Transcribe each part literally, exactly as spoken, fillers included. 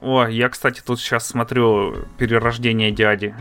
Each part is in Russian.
О, я, кстати, тут сейчас смотрю «Перерождение дяди».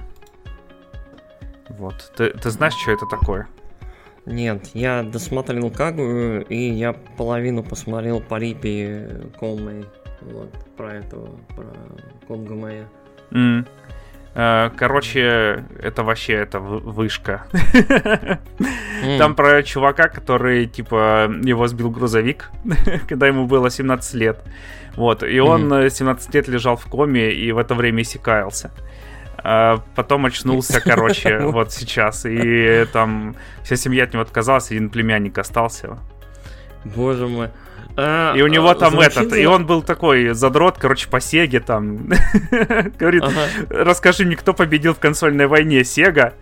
Вот. Ты, ты знаешь, что это такое? Нет, я досмотрел Кагую, и я половину посмотрел по Рипи Колмэй. Вот, про этого, про Конго Мэя. Mm. Короче, это вообще это вышка. Mm. Там про чувака, который, типа, его сбил грузовик, когда ему было семнадцать лет. Вот, и он mm-hmm. семнадцать лет лежал в коме и в это время иссякаялся. А потом очнулся, короче, вот сейчас. И там вся семья от него отказалась, один племянник остался. Боже мой. А, и у него а, там звучит, этот, да? И он был такой задрот, короче, по Сеге там. Говорит, ага. Расскажи мне, кто победил в консольной войне, Сега?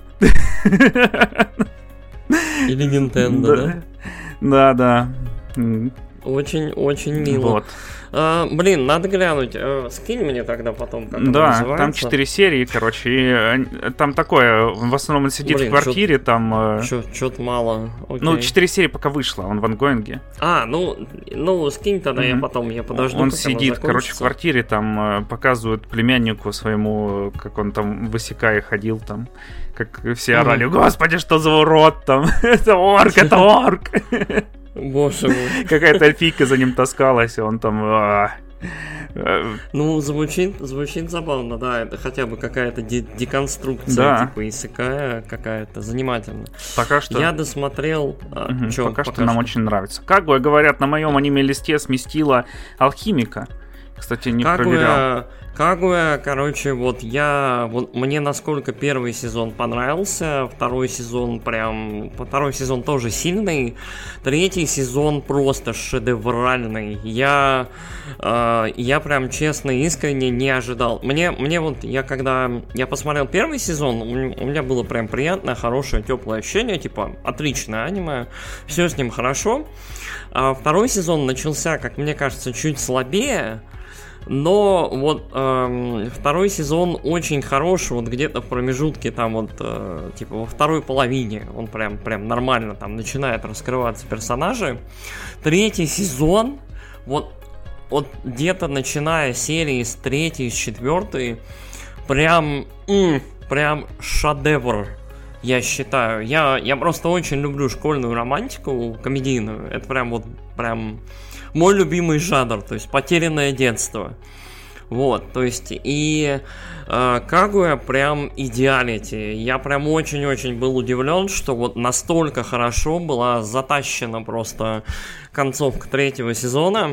Или Nintendo, да? Да, да. Очень-очень мило. Вот. А, блин, надо глянуть. А, скинь мне тогда потом, как это да, называется. Там четыре серии, короче. И там такое, в основном он сидит блин, в квартире, чё, там... Чё-то мало. Окей. Ну, четыре серии пока вышло, он в ангоинге. А, ну, ну скинь тогда, mm-hmm. я потом, я подожду. Он сидит, короче, в квартире, там показывают племяннику своему, как он там высекая ходил, там, как все орали, mm-hmm. господи, что за урод там, это орк, это орк. Боже мой. Какая-то эльфийка за ним таскалась, и он там... А... Ну, звучит, звучит забавно, да, это хотя бы какая-то де- деконструкция, да. типа Исэкая какая-то, занимательно. Пока что... Я досмотрел... А, угу, чё, пока, пока что нам очень нравится. Кагуя, говорят, на моем аниме-листе сместила Алхимика. Кстати, не Кагуя... проверял. Кагуя, короче, вот я... Вот мне насколько первый сезон понравился, второй сезон прям... Второй сезон тоже сильный, третий сезон просто шедевральный. Я... Э, я прям честно, искренне не ожидал. Мне, мне вот, я когда... Я посмотрел первый сезон, у меня было прям приятное, хорошее, теплое ощущение, типа, отличное аниме, все с ним хорошо. А второй сезон начался, как мне кажется, чуть слабее. Но вот эм, второй сезон очень хороший, вот где-то в промежутке, там вот, э, типа во второй половине, он прям, прям нормально там начинает раскрываться персонажи. Третий сезон, вот, вот где-то начиная серии с третьей, с четвертой, прям, м, прям шедевр, я считаю. Я, я просто очень люблю школьную романтику, комедийную, это прям вот, прям... Мой любимый жанр, то есть потерянное детство. Вот, то есть и э, Кагуя прям идеалити. Я прям очень-очень был удивлен, что вот настолько хорошо была затащена просто концовка третьего сезона.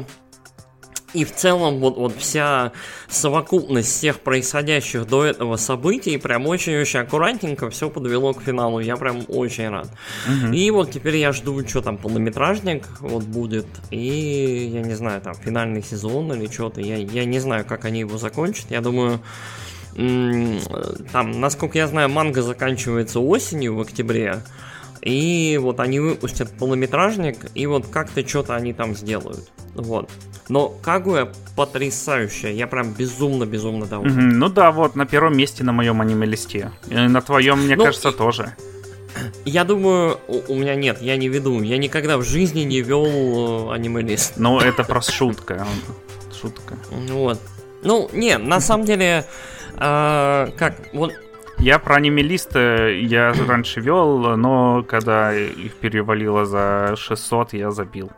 И в целом вот, вот вся совокупность всех происходящих до этого событий прям очень-очень аккуратненько все подвело к финалу. Я прям очень рад. Uh-huh. И вот теперь я жду, что там полнометражник вот будет. И я не знаю, там финальный сезон или что-то. Я, я не знаю, как они его закончат. Я думаю, м- там, насколько я знаю, манга заканчивается осенью в октябре. И вот они выпустят полнометражник, и вот как-то что-то они там сделают. Вот. Но Кагуя потрясающая, я прям безумно-безумно доволен. Mm-hmm. Ну да, вот на первом месте на моем аниме-листе. И на твоем, мне ну, кажется, и... тоже. Я думаю, у, у меня нет, я не веду. Я никогда в жизни не вел аниме-лист. Ну, это просто шутка. Шутка. Вот. Ну, не, на самом деле, как, вот... Я про аниме-лист я раньше вел, но когда их перевалило за шестьсот, я забил.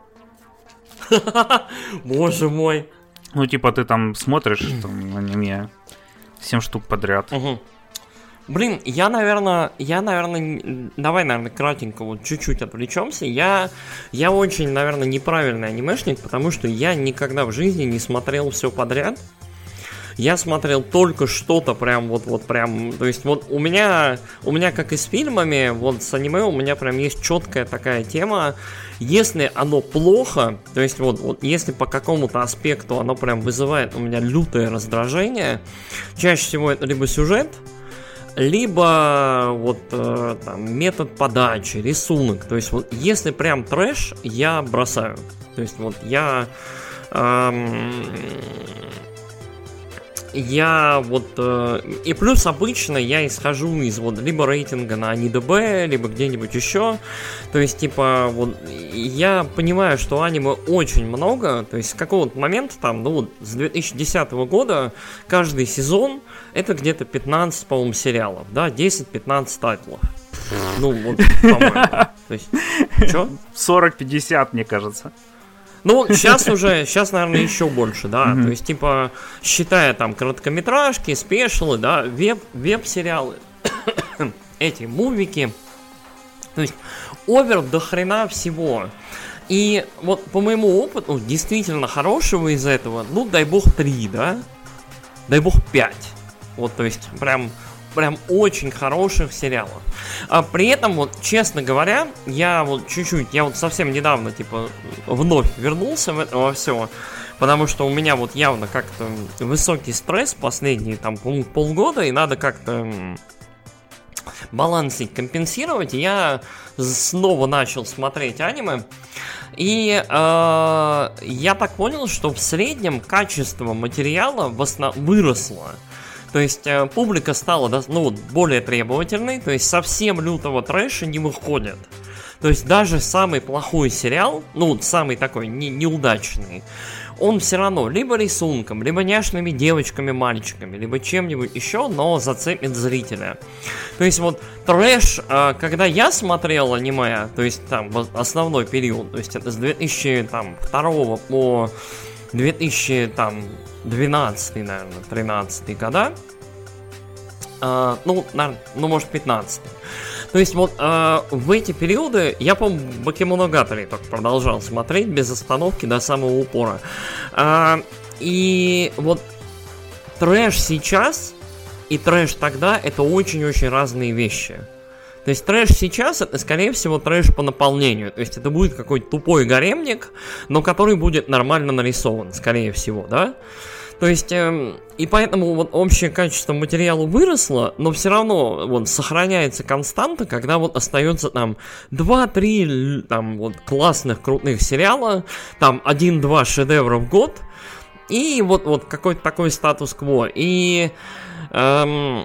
Боже мой. Ну, типа, ты там смотришь там, аниме семь штук подряд. Угу. Блин, я, наверное, я, наверное, давай, наверное, кратенько, вот чуть-чуть отвлечемся. Я, я очень, наверное, неправильный анимешник, потому что я никогда в жизни не смотрел все подряд. Я смотрел только что-то прям вот, вот прям, то есть вот у меня, у меня как и с фильмами, вот с аниме у меня прям есть четкая такая тема. Если оно плохо, то есть вот, вот если по какому-то аспекту оно прям вызывает у меня лютое раздражение, чаще всего это либо сюжет, либо вот э, там метод подачи, рисунок. То есть вот если прям трэш, я бросаю. То есть вот я... Эм, я вот... Э, и плюс обычно я исхожу из вот либо рейтинга на АниДБ, либо где-нибудь еще. То есть, типа, вот я понимаю, что аниме очень много. То есть, с какого-то момента, там, ну вот, с две тысячи десятого года каждый сезон это где-то пятнадцать, по-моему, сериалов, да, десять-пятнадцать тайтлов. Ну, вот, по-моему. То есть, что? сорок-пятьдесят, мне кажется. Ну, сейчас уже, сейчас, наверное, еще больше, да. Mm-hmm. То есть, типа, считая там короткометражки, спешалы, да, веб, веб-сериалы, эти мувики. То есть, овер до хрена всего. И вот по моему опыту, действительно хорошего из этого, ну, дай бог три, да? Дай бог пять. Вот, то есть, прям... Прям очень хороших сериалов. А при этом, вот, честно говоря, я вот чуть-чуть, я вот совсем недавно, типа, вновь вернулся в это во все, потому что у меня вот явно как-то высокий стресс последние, там, полгода, и надо как-то балансить, компенсировать, и я снова начал смотреть аниме, и э, я так понял, что в среднем качество материала в основном выросло. То есть э, публика стала, да, ну, более требовательной, то есть совсем лютого трэша не выходит. То есть даже самый плохой сериал, ну, самый такой не, неудачный, он все равно либо рисунком, либо няшными девочками, мальчиками, либо чем-нибудь еще, но зацепит зрителя. То есть вот трэш, э, когда я смотрел аниме, то есть там основной период, то есть это с две тысячи второго по две тысячи двенадцатый, наверное, тринадцатый года, э, ну, наверное, ну, может, пятнадцатый. То есть вот э, в эти периоды я, по-моему, Бакемоногатори только продолжал смотреть без остановки до самого упора. Э, и вот трэш сейчас и трэш тогда — это очень-очень разные вещи. То есть трэш сейчас — это, скорее всего, трэш по наполнению. То есть это будет какой-то тупой гаремник, но который будет нормально нарисован, скорее всего, да? То есть, э, и поэтому вот общее качество материала выросло, но все равно вот сохраняется константа, когда вот остается там два-три там вот классных, крутых сериала, там один-два шедевра в год, и вот, вот какой-то такой статус-кво. И... Эм,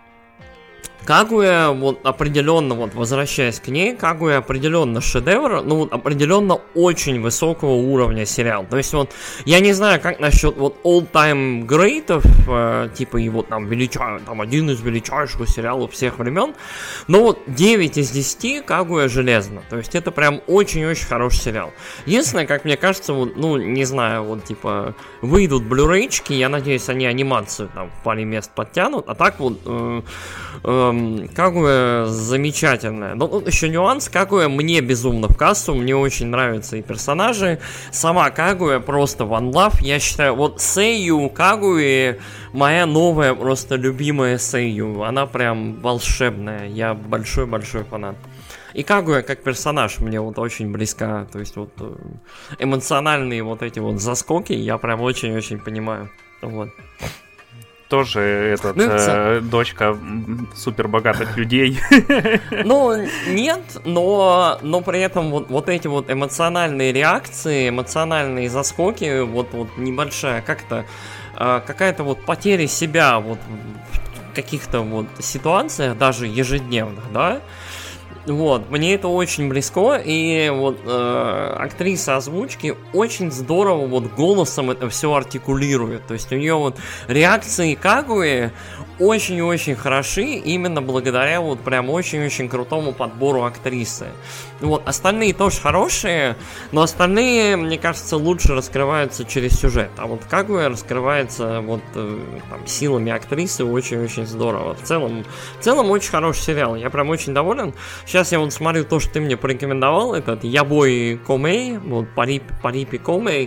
Кагуя, вот определенно, вот возвращаясь к ней, Кагуя определенно шедевр, ну вот определенно очень высокого уровня сериал. То есть вот, я не знаю, как насчет вот all-time great'ов, э, типа его там величаю, там один из величайших сериалов всех времен, но вот девять из десяти Кагуя железно. То есть это прям очень-очень хороший сериал. Единственное, как мне кажется, вот, ну не знаю, вот типа выйдут блюрейчики, я надеюсь, они анимацию там в паре мест подтянут, а так вот... Э, э, Кагуя замечательная. Но тут еще нюанс. Кагуя мне безумно в кассу. Мне очень нравятся и персонажи. Сама Кагуя просто one love. Я считаю, вот сэйю Кагуи моя новая просто любимая сэйю. Она прям волшебная. Я большой-большой фанат. И Кагуя как персонаж мне вот очень близка. То есть вот эмоциональные вот эти вот заскоки я прям очень-очень понимаю. Вот. Тоже этот, ну, э, дочка супербогатых людей. Ну, нет, но, но при этом вот, вот эти вот эмоциональные реакции, эмоциональные заскоки, вот, вот небольшая как-то, э, какая-то вот потеря себя вот в каких-то вот ситуациях, даже ежедневных, да, вот, мне это очень близко, и вот э, актриса озвучки очень здорово вот голосом это все артикулирует, то есть у нее вот реакции Кагуи очень-очень хороши именно благодаря вот прям очень-очень крутому подбору актрисы. Вот, остальные тоже хорошие, но остальные, мне кажется, лучше раскрываются через сюжет, а вот Кагуя раскрывается вот э, там, силами актрисы очень-очень здорово. В целом, в целом очень хороший сериал, я прям очень доволен. Сейчас я вот смотрю то, что ты мне порекомендовал, этот Ябой Комей, вот Парипи, Парипи Комей.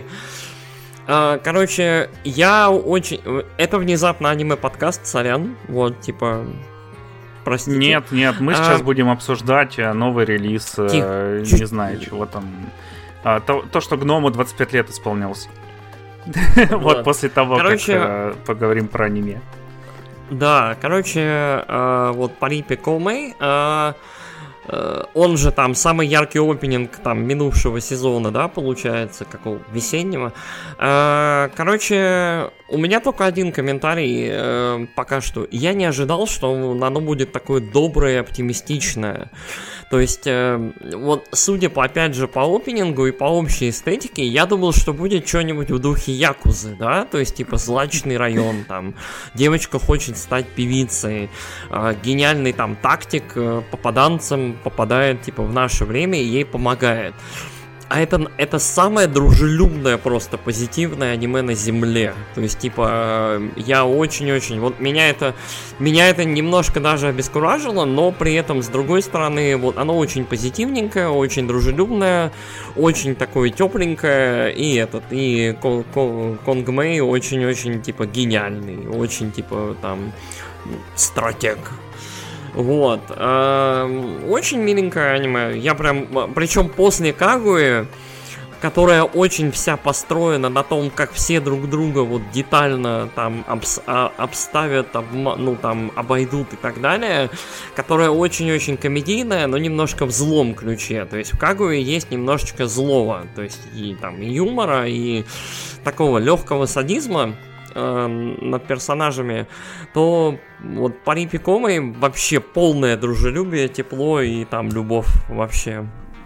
Короче, я очень... Это внезапно аниме-подкаст, сорян, вот, типа... Простите. Нет, нет, мы а... сейчас будем обсуждать новый релиз, Тих, не чуть... знаю, чего там... А, то, то, что Гному двадцать пять лет исполнялось. Вот после того, как поговорим про аниме. Да, короче, вот Парипи Комей... Он же там самый яркий опенинг там минувшего сезона, да, получается, какого весеннего. Короче, у меня только один комментарий пока что. Я не ожидал, что оно будет такое доброе, оптимистичное. То есть, вот, судя по, опять же, по опенингу и по общей эстетике, я думал, что будет что-нибудь в духе Якузы, да, то есть, типа, злачный район, там, девочка хочет стать певицей, гениальный, там, тактик попаданцам попадает, типа, в наше время и ей помогает. А это, это самое дружелюбное, просто позитивное аниме на земле. То есть, типа, я очень-очень... Вот меня это, меня это немножко даже обескуражило, но при этом, с другой стороны, вот оно очень позитивненькое, очень дружелюбное, очень такое тепленькое, и этот, и Конг Мэй очень-очень, типа, гениальный, очень, типа, там, стратег. Вот. Очень миленькое аниме. Я прям... Причем после Кагуи, которая очень вся построена на том, как все друг друга вот детально там обс- обставят, обма- ну там обойдут и так далее, которая очень-очень комедийная, но немножко в злом ключе. То есть в Кагуи есть немножечко злого. То есть и там и юмора, и такого легкого садизма над персонажами, то вот по Рипикомой вообще полное дружелюбие, тепло и там любовь вообще.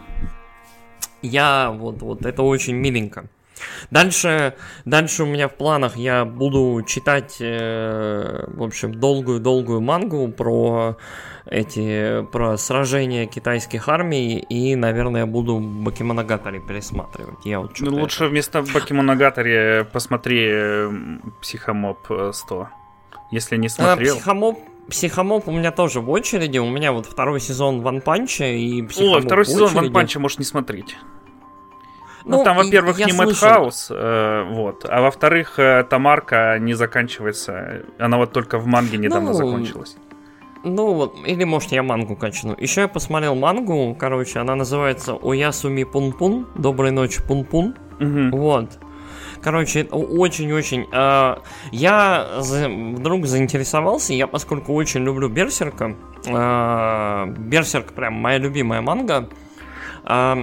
Я вот, вот это очень миленько. Дальше, дальше у меня в планах я буду читать, э, в общем, долгую-долгую мангу про эти, про сражения китайских армий, и, наверное, буду Бакимоногатари пересматривать. Я вот ну, лучше это... вместо Бакимоногатари посмотри Психомоб сто, если не смотрел. А, Психомоб Психомоб у меня тоже в очереди. У меня вот второй сезон Ван Панча и Психомоб. О, второй сезон Ван Панча можешь не смотреть. Ну, ну там, во-первых, не Мэдхаус, э, вот, а во-вторых, э, Тамарка не заканчивается. Она вот только в манге недавно ну, закончилась. Ну, вот, или, может, я мангу качну. Еще я посмотрел мангу, короче, она называется Оясуми Пун-Пун, Доброй ночи, Пун-Пун. Угу. Вот. Короче, очень-очень... Э, я за, вдруг заинтересовался, я, поскольку очень люблю Берсерка, э, Берсерк прям моя любимая манга, э,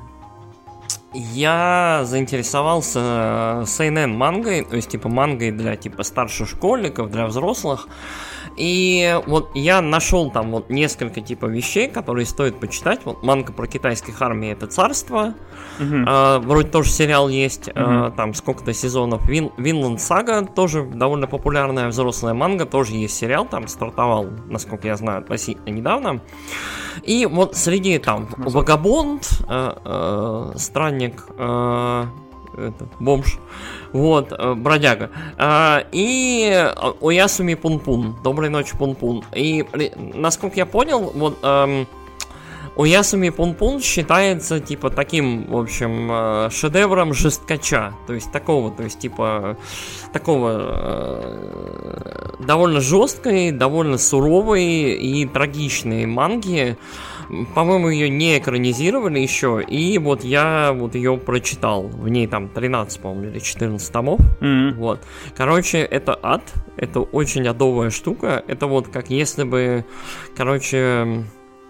я заинтересовался сэйнэн мангой, то есть типа мангой для типа старшешкольников, для взрослых. И вот я нашел там вот несколько типа вещей, которые стоит почитать. Вот манга про китайских армий — это «Царство». Uh-huh. А, вроде тоже сериал есть. Uh-huh. а, там сколько-то сезонов. Вин, Винланд Сага тоже довольно популярная взрослая манга. Тоже есть сериал, там стартовал, насколько я знаю, относительно недавно. И вот среди там Вагабонд, э, э, Странник, э, это, бомж, вот, э, бродяга, э, и Оясуми Пун-Пун, Доброй ночи, Пун-Пун. И насколько я понял, вот э, Оясуми Пун-Пун считается типа таким, в общем, э, шедевром жесткача, то есть такого, то есть типа такого э, довольно жесткой, довольно суровой и трагичной манги. По-моему, ее не экранизировали еще, и вот я вот ее прочитал. В ней там тринадцать, по-моему, или четырнадцать томов. Mm-hmm. Вот. Короче, это ад, это очень адовая штука. Это вот как если бы, короче...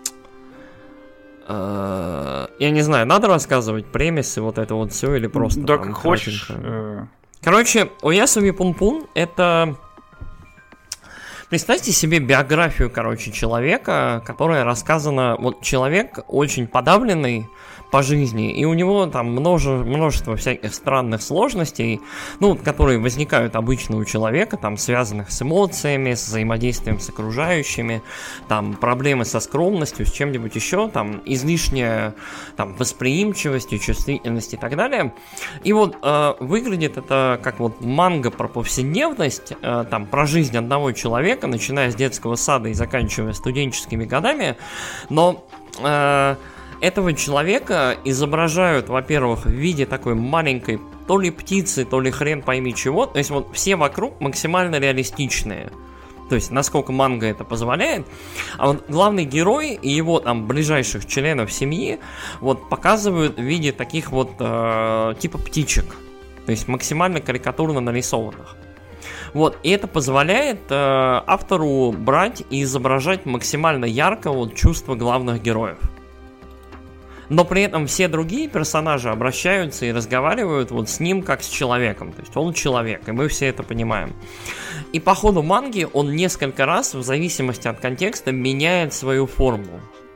Э, я не знаю, надо рассказывать премисы, вот это вот все, или просто... Да, как хочешь. Э... Короче, Оясуми Пун-Пун — это... Представьте себе биографию, короче, человека, которая рассказана... Вот человек очень подавленный по жизни, и у него там множе, множество всяких странных сложностей, ну, которые возникают обычно у человека, там, связанных с эмоциями, с взаимодействием с окружающими, там, проблемы со скромностью, с чем-нибудь еще, там, излишняя, там, восприимчивость, чувствительность и так далее. И вот э, выглядит это как вот манга про повседневность, э, там, про жизнь одного человека, начиная с детского сада и заканчивая студенческими годами, но... Э, Этого человека изображают, во-первых, в виде такой маленькой то ли птицы, то ли хрен пойми чего. То есть вот все вокруг максимально реалистичные. То есть насколько манга это позволяет. А вот главный герой и его там ближайших членов семьи вот показывают в виде таких вот э, типа птичек. То есть максимально карикатурно нарисованных. Вот, и это позволяет э, автору брать и изображать максимально ярко вот чувства главных героев. Но при этом все другие персонажи обращаются и разговаривают вот с ним как с человеком. То есть он человек, и мы все это понимаем. И по ходу манги он несколько раз, в зависимости от контекста, меняет свою форму.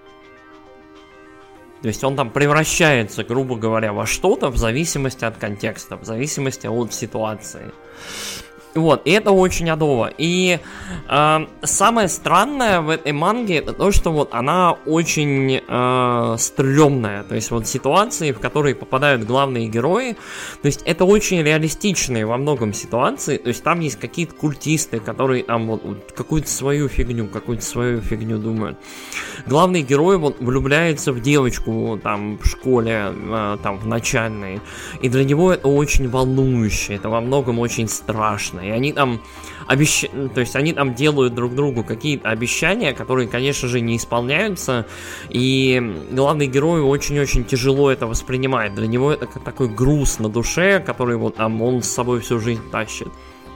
То есть он там превращается, грубо говоря, во что-то в зависимости от контекста, в зависимости от ситуации. Вот, и это очень адово. И э, самое странное в этой манге это то, что вот она очень э, стрёмная. То есть вот ситуации, в которые попадают главные герои, то есть это очень реалистичные во многом ситуации. То есть там есть какие-то культисты, которые там вот, вот какую-то свою фигню, какую-то свою фигню думают. Главный герой вот влюбляется в девочку там в школе, э, там в начальной. И для него это очень волнующе, это во многом очень страшно. И они там обещ... то есть они там делают друг другу какие-то обещания, которые, конечно же, не исполняются. И главный герой очень-очень тяжело это воспринимает. Для него это как такой груз на душе, который вот там он с собой всю жизнь тащит.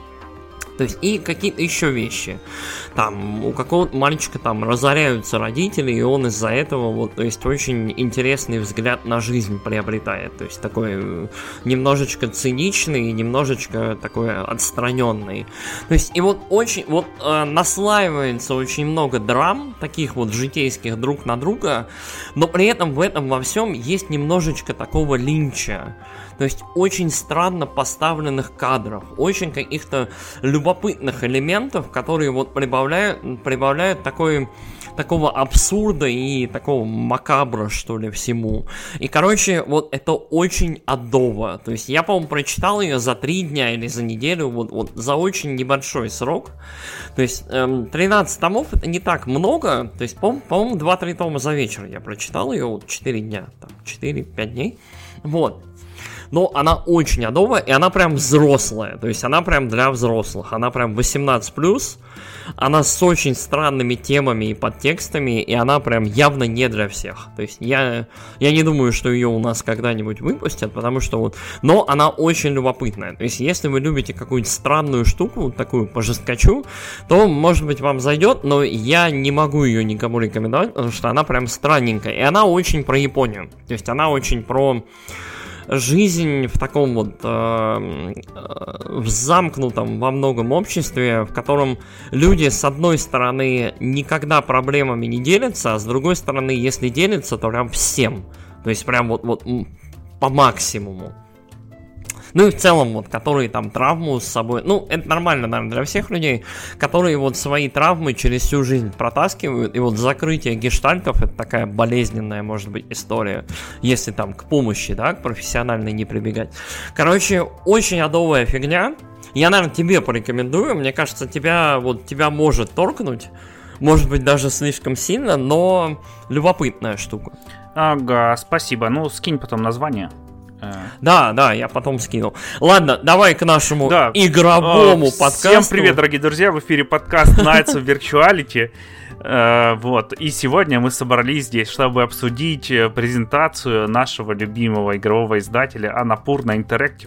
То есть и какие-то еще вещи. Там у какого-то мальчика там разоряются родители, и он из-за этого вот, то есть очень интересный взгляд на жизнь приобретает. То есть такой немножечко циничный, немножечко такой отстраненный. То есть и вот очень вот э, наслаивается очень много драм, таких вот житейских друг на друга, но при этом в этом во всем есть немножечко такого линча. То есть очень странно поставленных кадров, очень каких-то любопытных элементов, которые вот прибавляют, прибавляют такой, такого абсурда и такого макабра, что ли, всему. И, короче, вот это очень адово. То есть я, по-моему, прочитал ее за три дня или за неделю, вот, вот за очень небольшой срок. То есть эм, тринадцать томов это не так много. То есть, по-моему, по-моему два-три тома за вечер я прочитал ее, вот четыре дня, там, четыре-пять дней. Вот. Но она очень адовая, и она прям взрослая. То есть она прям для взрослых. Она прям восемнадцать плюс. Она с очень странными темами и подтекстами. И она прям явно не для всех. То есть я, я не думаю, что ее у нас когда-нибудь выпустят. Потому что вот... Но она очень любопытная. То есть если вы любите какую-нибудь странную штуку, вот такую по жесткачу, то, может быть, вам зайдет. Но я не могу ее никому рекомендовать, потому что она прям странненькая. И она очень про Японию. То есть она очень про... жизнь в таком вот э, э, в замкнутом во многом обществе, в котором люди с одной стороны никогда проблемами не делятся, а с другой стороны, если делятся, то прям всем. То есть прям вот, вот по максимуму. Ну и в целом, вот, которые там травму с собой... Ну, это нормально, наверное, для всех людей, которые вот свои травмы через всю жизнь протаскивают. И вот закрытие гештальтов — это такая болезненная, может быть, история. Если там к помощи, да, к профессиональной не прибегать. Короче, очень адовая фигня. Я, наверное, тебе порекомендую. Мне кажется, тебя, вот, тебя может торкнуть. Может быть, даже слишком сильно, но любопытная штука. Ага, спасибо. Ну, скинь потом название. Да, да, я потом скину. Ладно, давай к нашему да. игровому uh, подкасту. Всем привет, дорогие друзья, в эфире подкаст Nights of Virtuality. uh, Вот, и сегодня мы собрались здесь, чтобы обсудить презентацию нашего любимого игрового издателя Annapurna Interactive.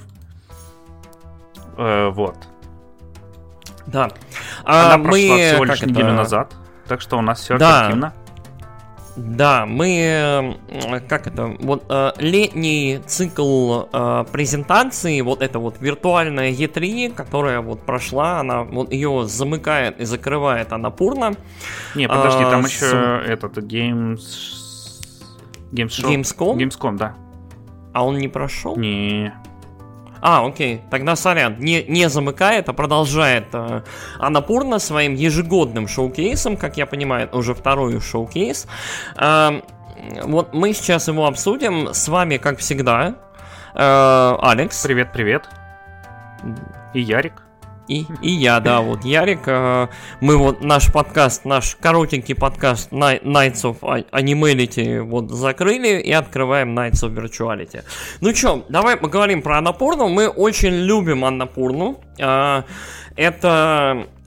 uh, Вот. Да. Она а, прошла мы... всего лишь как неделю это... назад, так что у нас все да. оперативно. Да, мы, как это, вот э, летний цикл э, презентации, вот это вот виртуальная и три, которая вот прошла, она вот ее замыкает и закрывает Annapurna. Не, подожди, а, там с... еще этот Games... Games Gamescom? Gamescom, да. А он не прошел? Не. А, окей, тогда сорян, не, не замыкает, а продолжает э, Annapurna своим ежегодным шоу-кейсом, как я понимаю, уже второй шоу-кейс. Э, вот мы сейчас его обсудим, с вами, как всегда, э, Алекс. Привет-привет. И Ярик. И, и я, да, вот Ярик. э, Мы вот наш подкаст, наш коротенький подкаст Nights of Animality вот закрыли и открываем Nights of Virtuality. Ну чё, давай поговорим про Annapurna. Мы очень любим Annapurna. э, Это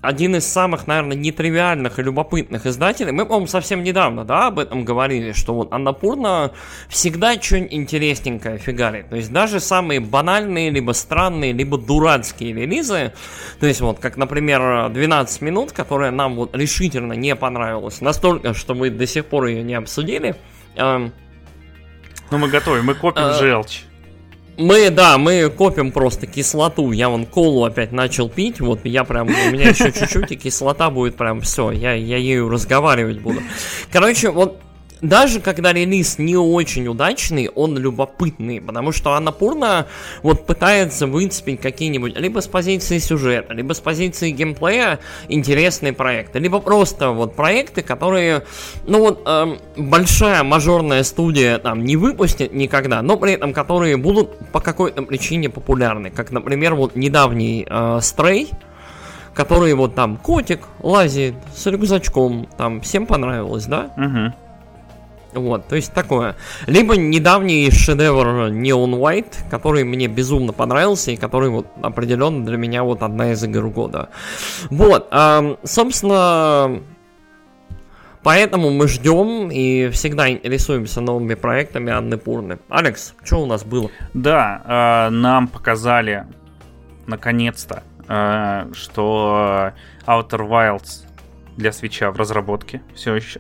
один из самых, наверное, нетривиальных и любопытных издателей. Мы, по-моему, совсем недавно, да, об этом говорили, что вот Аннапурна всегда что-нибудь интересненькое фигарит. То есть даже самые банальные, либо странные, либо дурацкие релизы, то есть вот, как, например, двенадцать минут, которая нам вот решительно не понравилась, настолько, что мы до сих пор ее не обсудили. Ну, мы готовы, мы копим желчь. Мы, да, мы копим просто кислоту. Я вон колу опять начал пить. Вот я прям, у меня еще чуть-чуть, и кислота будет прям все. Я, я ею разговаривать буду. Короче, вот даже когда релиз не очень удачный, он любопытный, потому что Аннапурна вот пытается выцепить какие-нибудь либо с позиции сюжета, либо с позиции геймплея интересные проекты, либо просто вот проекты, которые, ну вот, эм, большая мажорная студия там не выпустит никогда, но при этом которые будут по какой-то причине популярны, как, например, вот недавний э, Stray, который вот там котик лазит с рюкзачком, там всем понравилось, да? Угу. Вот, то есть такое. Либо недавний шедевр Neon White, который мне безумно понравился и который вот определенно для меня вот одна из игр года. Вот, а, собственно, поэтому мы ждем и всегда интересуемся новыми проектами Аннапурны. Алекс, что у нас было? Да, э, нам показали наконец-то, э, что Outer Wilds для Switch'а в разработке все еще.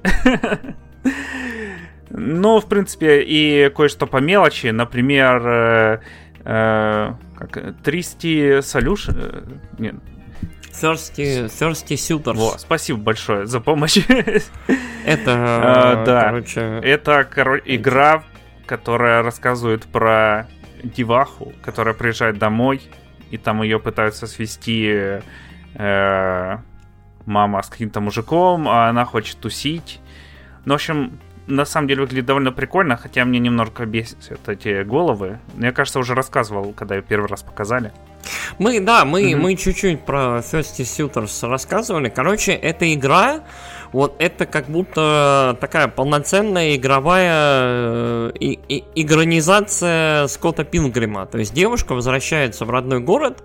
Ну, в принципе, и кое-что по мелочи. Например, э, э, как, Thirsty Solution... Нет. Thirsty, Thirsty Suitors. Во, спасибо большое за помощь. Это, а, да. короче... Это коро- игра, которая рассказывает про деваху, которая приезжает домой, и там ее пытаются свести э, мама с каким-то мужиком, а она хочет тусить. Ну, в общем... На самом деле выглядит довольно прикольно, хотя мне немножко бесит эти головы. Мне кажется, уже рассказывал, когда ее первый раз показали. Мы, да, мы, mm-hmm. мы чуть-чуть про Thirsty Suitors рассказывали. Короче, эта игра, вот это как будто такая полноценная игровая и, и, игронизация Скотта Пилгрима. То есть девушка возвращается в родной город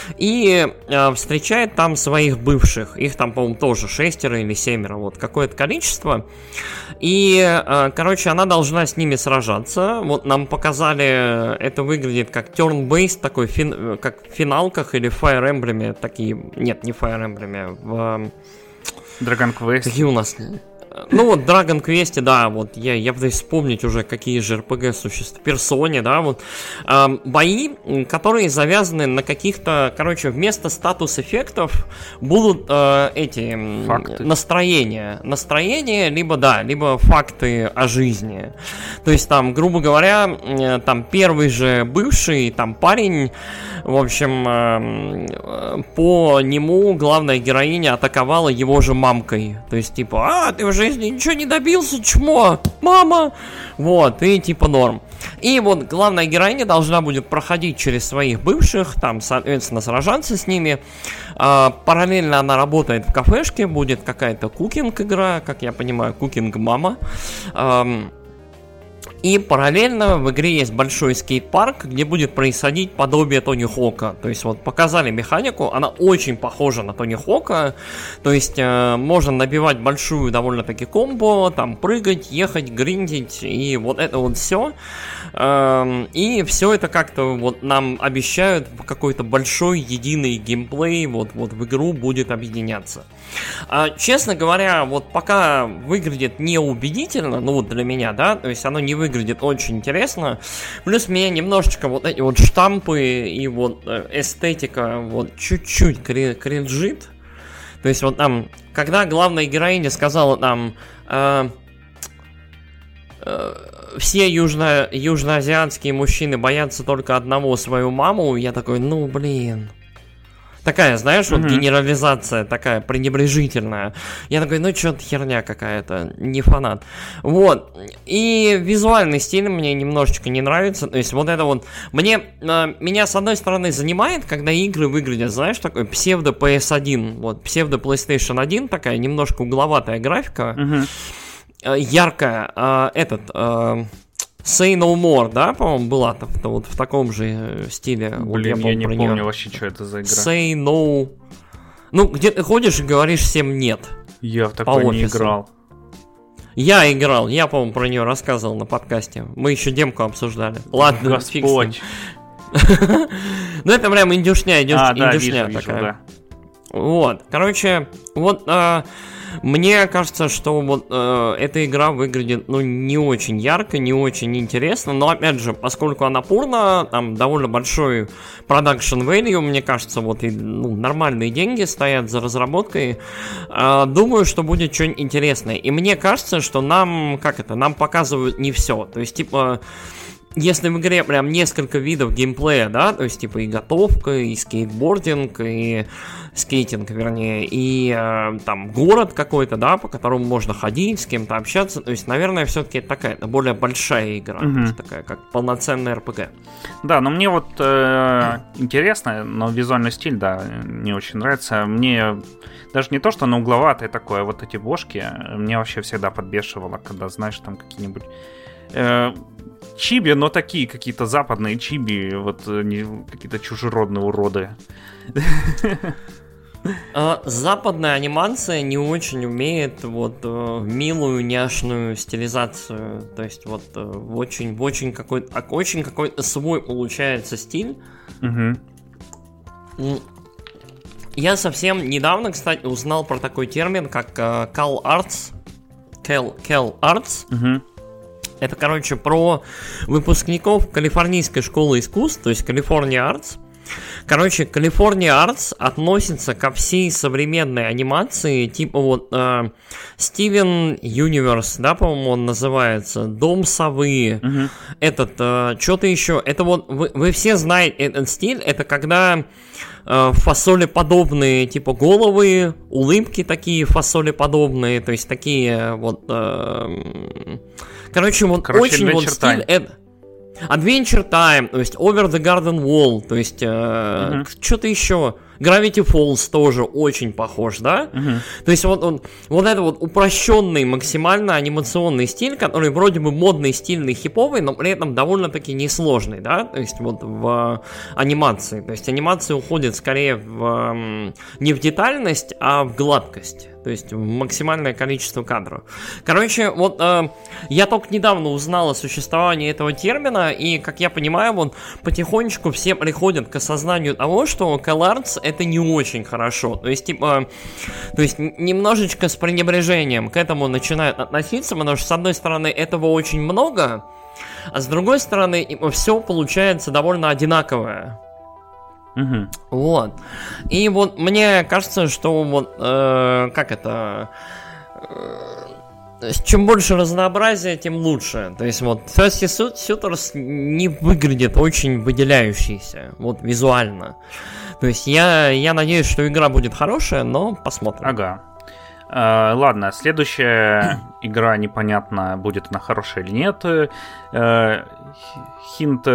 и э, встречает там своих бывших. Их там, по-моему, тоже шестеро или семеро, вот какое-то количество. И, э, короче, она должна с ними сражаться. Вот нам показали, это выглядит как turn-based, такой, фин, как в финалках или в Fire Emblem такие... Нет, не в Fire Emblem, в... Dragon Quest. Какие у нас... Ну вот, Dragon Quest, да, вот я, я пытаюсь вспомнить уже, какие же эр пи джи существуют. Персоне, да, вот. Э, бои, которые завязаны на каких-то, короче, вместо статус-эффектов будут э, эти факты. настроения. Настроения, либо, да, либо факты о жизни. То есть там, грубо говоря, э, там первый же бывший, там парень, в общем, э, по нему главная героиня атаковала его же мамкой. То есть, типа, а, ты уже ничего не добился, чмо, мама, вот, и типа норм. И вот главная героиня должна будет проходить через своих бывших, там, соответственно, сражаться с ними. А, параллельно она работает в кафешке, будет какая-то кукинг-игра, как я понимаю, кукинг-мама. А, И параллельно в игре есть большой скейт-парк, где будет происходить подобие Тони Хоука. То есть вот показали механику, она очень похожа на Тони Хоука. То есть э, можно набивать большую довольно-таки комбо, там прыгать, ехать, гриндить и вот это вот все. Э, и все это как-то вот нам обещают какой-то большой единый геймплей вот, вот в игру будет объединяться. А, честно говоря, вот пока выглядит неубедительно, ну вот для меня, да, то есть оно не выглядит очень интересно. Плюс меня немножечко вот эти вот штампы и вот эстетика вот чуть-чуть кринжит. То есть вот там, когда главная героиня сказала там... Э, э, все южно, южноазиатские мужчины боятся только одного, свою маму, я такой, ну блин... Такая, знаешь, вот mm-hmm. генерализация такая пренебрежительная. Я такой, ну что-то херня какая-то, не фанат. Вот. И визуальный стиль мне немножечко не нравится. То есть вот это вот... Мне, э, меня с одной стороны занимает, когда игры выглядят, знаешь, такой псевдо пи эс один, вот, псевдо PlayStation один, такая немножко угловатая графика. Mm-hmm. Э, яркая. Э, этот... Э, Say No More, да, по-моему, была-то вот в таком же стиле. Блин, вот я, я не помню нее. Вообще, что это за игра. Say No... Ну, где ты ходишь и говоришь всем нет. Я в такой не играл. Я играл, я, по-моему, про нее рассказывал на подкасте. Мы еще демку обсуждали. Ладно, фиг с ним. Ну, это прям индюшня, индюшня такая. Вот, короче, вот мне кажется, что вот э, эта игра выглядит, ну, не очень ярко, не очень интересно, но, опять же, поскольку она порно, там довольно большой production value, мне кажется, вот и ну, нормальные деньги стоят за разработкой, э, думаю, что будет что-нибудь интересное. И мне кажется, что нам, как это, нам показывают не все, то есть, типа... Если в игре прям несколько видов геймплея, да, то есть типа и готовка, и скейтбординг, и скейтинг, вернее, и э, там город какой-то, да, по которому можно ходить, с кем-то общаться, то есть, наверное, все-таки это такая это более большая игра, mm-hmm. то есть такая как полноценная эр пи джи. Да, но мне вот э, интересно, но визуальный стиль, да, не очень нравится. Мне даже не то, что оно угловатое такое, вот эти бошки, мне вообще всегда подбешивало, когда, знаешь, там какие-нибудь... Э, чиби, но такие какие-то западные чиби, вот не, какие-то чужеродные уроды. Западная анимация не очень умеет вот милую няшную стилизацию, то есть вот в очень, в очень какой-то, очень какой-то свой получается стиль. Угу. Я совсем недавно, кстати, узнал про такой термин, как Cal Arts. Cal, Cal Arts. Угу. Это, короче, про выпускников Калифорнийской школы искусств, то есть California Arts. Короче, California Arts относится ко всей современной анимации, типа вот э, Steven Universe, да, по-моему, он называется, Дом совы, uh-huh. этот, э, что-то еще, это вот, вы, вы все знаете этот стиль, это когда э, фасолеподобные, типа, головы, улыбки такие фасолеподобные, то есть такие вот, э, короче, вот короче, очень вот стиль, это... Adventure Time, то есть Over the Garden Wall, то есть э, uh-huh. что-то еще. Gravity Falls тоже очень похож, да? Uh-huh. То есть вот, он, вот это вот упрощенный максимально анимационный стиль, который вроде бы модный, стильный, хиповый, но при этом довольно-таки несложный, да? То есть вот в э, анимации. То есть анимация уходит скорее в, э, не в детальность, а в гладкость. То есть в максимальное количество кадров. Короче, вот э, я только недавно узнал о существовании этого термина, и, как я понимаю, вот потихонечку все приходят к осознанию того, что CalArts это не очень хорошо. То есть, типа, то есть немножечко с пренебрежением к этому начинают относиться, потому что, с одной стороны, этого очень много, а с другой стороны, типа, все получается довольно одинаковое. Угу. Вот. И вот мне кажется, что вот э, как это э, чем больше разнообразия, тем лучше. То есть вот Thirsty Suitors не выглядит очень выделяющийся, вот визуально. То есть я, я надеюсь, что игра будет хорошая, но посмотрим. Ага. Uh, ладно, следующая игра, непонятно, будет она хорошая или нет. Uh, хинт...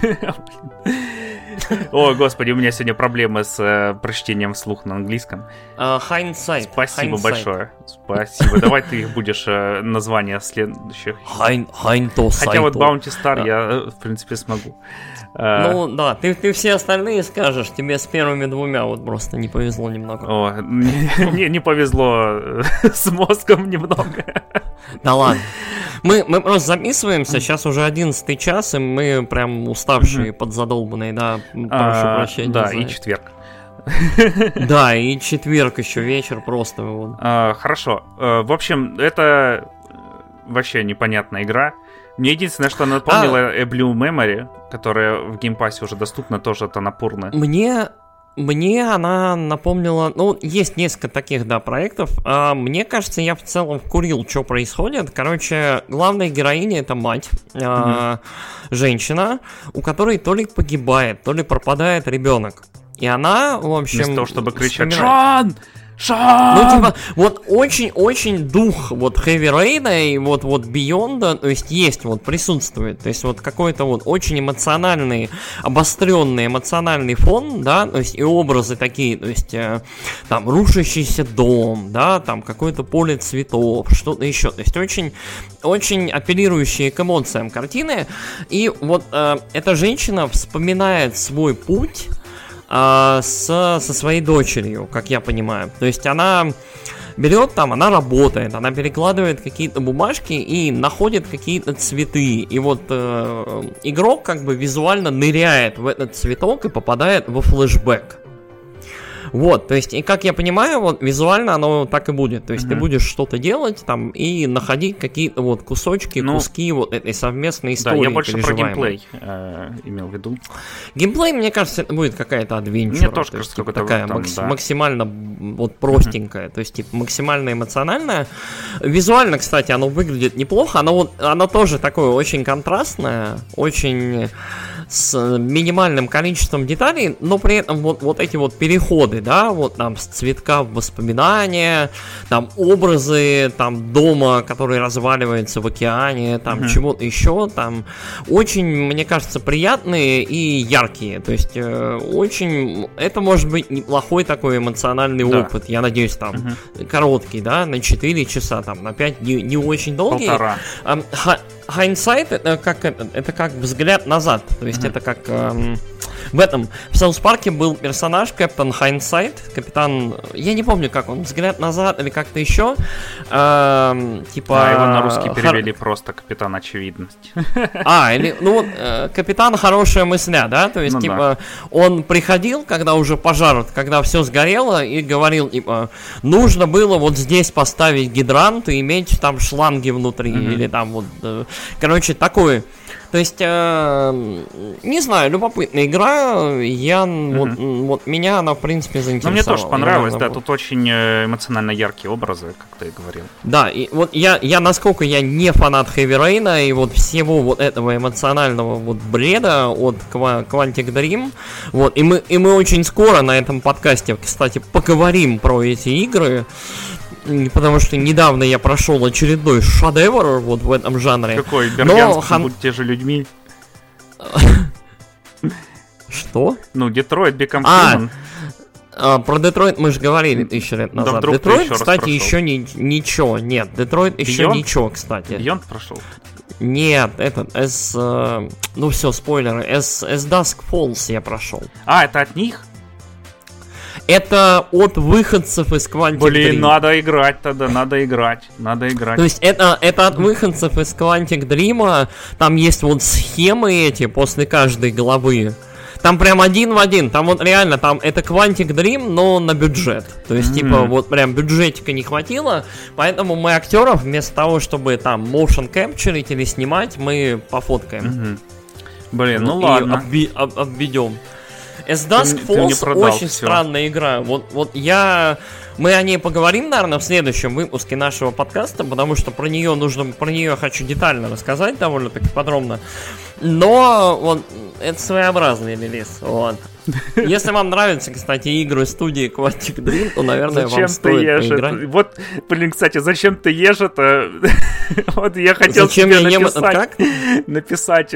О, господи, у меня сегодня проблемы с uh, прочтением вслух на английском. Uh, hindsight. Спасибо hindsight. большое. Спасибо. Давай ты их будешь uh, названия следующих. Hindsight. Хотя вот Bounty Star я, в принципе, смогу. Uh, ну да, ты, ты все остальные скажешь, тебе с первыми двумя вот просто не повезло немного. О, не, не повезло с мозгом немного. Да ладно. Мы, мы просто записываемся, сейчас уже одиннадцатый час, и мы прям уставшие, подзадолбанные, да, прошу а, прощения. Да, за... и четверг. Да, и четверг еще вечер просто. Вот. А, хорошо. А, в общем, это вообще непонятная игра. Мне единственное, что она напомнила а... A Blue Memory, которая в геймпассе уже доступна, тоже это напорно. Мне... Мне она напомнила... Ну, есть несколько таких, да, проектов. А, мне кажется, я в целом вкурил, что происходит. Короче, главная героиня — это мать. Mm-hmm. А, женщина, у которой то ли погибает, то ли пропадает ребенок. И она, в общем... Вместо того, чтобы кричать «Шан! Шан!» Ну, типа, вот очень-очень дух вот Heavy Rain и вот, вот Beyond, то есть есть, вот присутствует. То есть вот какой-то вот очень эмоциональный, обостренный эмоциональный фон, да, то есть и образы такие, то есть э, там рушащийся дом, да, там какое-то поле цветов, что-то еще. То есть очень, очень апеллирующие к эмоциям картины. И вот э, эта женщина вспоминает свой путь а, с, со своей дочерью, как я понимаю. То есть она берет там, она работает, она перекладывает какие-то бумажки и находит какие-то цветы. И вот э, игрок как бы визуально ныряет в этот цветок и попадает во флешбэк. Вот, то есть, и как я понимаю, вот визуально оно так и будет. То есть, mm-hmm. ты будешь что-то делать там и находить какие-то вот кусочки, ну, куски вот этой совместной истории. Да, я больше про геймплей э, имел в виду. Геймплей, мне кажется, это будет какая-то адвенчура. Мне тоже то кажется, есть, типа, там, такая там, макс- да. максимально вот простенькая, mm-hmm. то есть, типа, максимально эмоциональная. Визуально, кстати, оно выглядит неплохо. Оно, вот, оно тоже такое очень контрастное, очень с минимальным количеством деталей, но при этом вот, вот эти вот переходы, да, вот там с цветка в воспоминания, там образы, там дома, который разваливается в океане, там mm-hmm. чего-то еще, там очень, мне кажется, приятные и яркие, то есть э, очень, это может быть неплохой такой эмоциональный да. опыт, я надеюсь, там, mm-hmm. короткий, да, на четыре часа, там, на пять, не, не очень долгий. Полтора. Um, Hindsight это как это, это как взгляд назад, то есть mm-hmm. это как эм, в этом в Саус Парке был персонаж Капитан Hindsight, капитан, я не помню как он, взгляд назад или как-то еще, эм, типа. А его на русский перевели Хар... просто Капитан Очевидность. А или ну вот э, Капитан Хорошая мысля, да, то есть ну, типа да. он приходил, когда уже пожар, когда все сгорело и говорил типа нужно было вот здесь поставить гидрант и иметь там шланги внутри mm-hmm. или там вот э, короче, такой. То есть, э, не знаю, любопытная игра. Я, mm-hmm. вот, вот меня она, в принципе, заинтересовала. Ну, мне тоже понравилось, да, тут очень эмоционально яркие образы, как ты и говорил. Да, и вот я, я, насколько я не фанат Heavy Rain и вот всего вот этого эмоционального вот бреда от Quantic Dream, вот, и мы, и мы очень скоро на этом подкасте, кстати, поговорим про эти игры. Потому что недавно я прошел очередной шедевр вот в этом жанре. Какой? Берганский, хан... будь те же людьми. Что? Ну, Детройт, Become Human. А, про Детройт мы же говорили тысячу лет назад. Да, Детройт, еще кстати, еще не, ничего. Нет, Детройт еще Beyond? Ничего, кстати. Beyond прошел? Нет, этот, S... Uh, ну все, спойлеры. S, S Dusk Falls я прошел. А, это от них? Это от выходцев из Quantic Dream. Блин, надо играть тогда, надо играть, надо играть. То есть это, это от выходцев из Quantic Dream, там есть вот схемы эти после каждой главы. Там прям один в один, там вот реально, там это Quantic Dream, но на бюджет. То есть, mm-hmm. типа, вот прям бюджетика не хватило, поэтому мы актеров вместо того, чтобы там motion capture или снимать, мы пофоткаем. Mm-hmm. Блин, ну и ладно. Обби- об- обведем. As Dusk Falls очень все. Странная игра. Вот, вот я... Мы о ней поговорим, наверное, в следующем выпуске нашего подкаста, потому что про нее нужно... Про нее я хочу детально рассказать, довольно-таки подробно. Но вот это своеобразный релиз. Вот. Если вам нравятся, кстати, игры студии Quantic Dream, то, наверное, зачем вам стоит поиграть. Это? Вот, блин, кстати, зачем ты ешь это? Вот я хотел зачем тебе я написать... Ем... Как? Написать...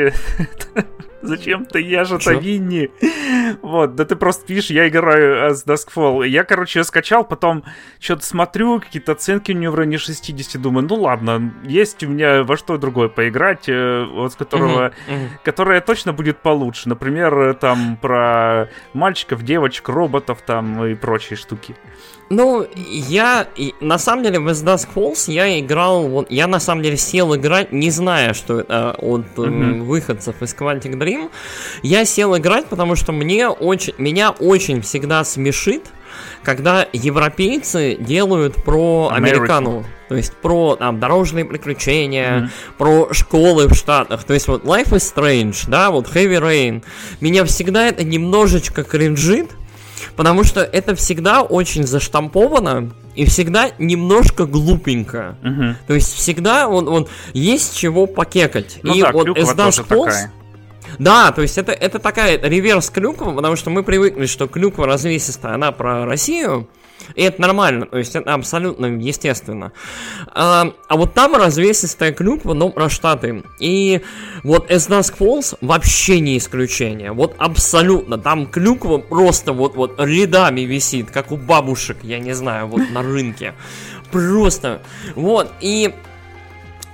Зачем ты ешь это, Винни? Вот, да ты просто пишешь, я играю с Duskfall. Я, короче, скачал, потом что-то смотрю, какие-то оценки у него в районе шестьдесят, думаю, ну ладно, есть у меня во что другое поиграть, вот с которого, uh-huh, uh-huh. которое точно будет получше. Например, там про мальчиков, девочек, роботов там и прочие штуки. Ну, я, на самом деле, в Dusk Falls я играл, вот, я на самом деле сел играть, не зная, что это от mm-hmm. выходцев из Quantic Dream. Я сел играть, потому что мне очень, меня очень всегда смешит, когда европейцы делают про Американу. То есть про там дорожные приключения, mm-hmm. про школы в Штатах. То есть вот Life is Strange, да, вот Heavy Rain. Меня всегда это немножечко кринжит. Потому что это всегда очень заштамповано и всегда немножко глупенько. Uh-huh. То есть всегда вот, вот, есть чего покекать. Ну и да, вот клюква тоже такая. Да, то есть это, это такая реверс клюква, потому что мы привыкли, что клюква развесистая, она про Россию. И это нормально, то есть это абсолютно естественно. А, а вот там развесистая клюква, но про Штаты. И вот As Dusk Falls вообще не исключение. Вот абсолютно. Там клюква просто вот, вот рядами висит, как у бабушек, я не знаю, вот на рынке. Просто. Вот, и...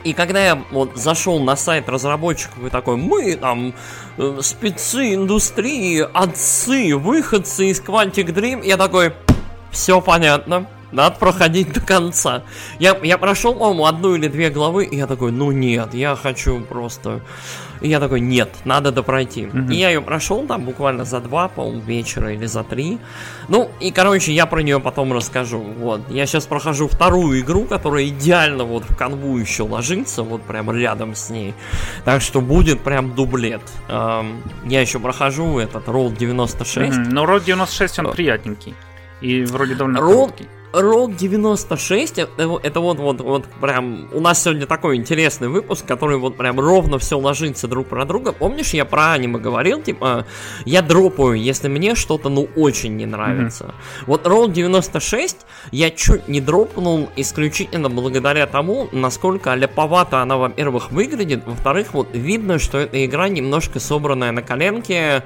И когда я вот зашел на сайт разработчиков и такой, мы там э, спецы индустрии, отцы, выходцы из Quantic Dream, я такой, все понятно, надо проходить до конца. Я, я прошел, по-моему, одну или две главы, и я такой, ну нет, я хочу просто... И я такой, нет, надо допройти. Mm-hmm. И я ее прошел там буквально за два, по-моему, вечера или за три. Ну, и, короче, я про нее потом расскажу. Вот. Я сейчас прохожу вторую игру, которая идеально вот в канву еще ложится, вот прямо рядом с ней. Так что будет прям дублет. Эм, я еще прохожу этот Road девяносто шесть. Mm-hmm. Но Road девяносто шесть, он приятненький. И вроде довольно Road... короткий. Road девяносто шесть, это, это вот, вот, вот прям, у нас сегодня такой интересный выпуск, который вот прям ровно все ложится друг про друга. Помнишь, я про аниме говорил, типа, я дропаю, если мне что-то, ну, очень не нравится. Mm-hmm. Вот Road девяносто шесть я чуть не дропнул исключительно благодаря тому, насколько ляповато она, во-первых, выглядит, во-вторых, вот видно, что эта игра немножко собранная на коленке.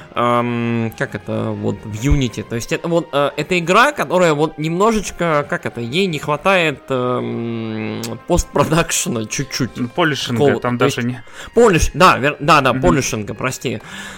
Эм, как это вот в Unity, то есть это вот э, это игра, которая вот немножечко, как это, ей не хватает эм, постпродакшена чуть-чуть. Полишинга Такого, там даже не. Полиш, да, вер, да, да, mm-hmm. полишинга, прости.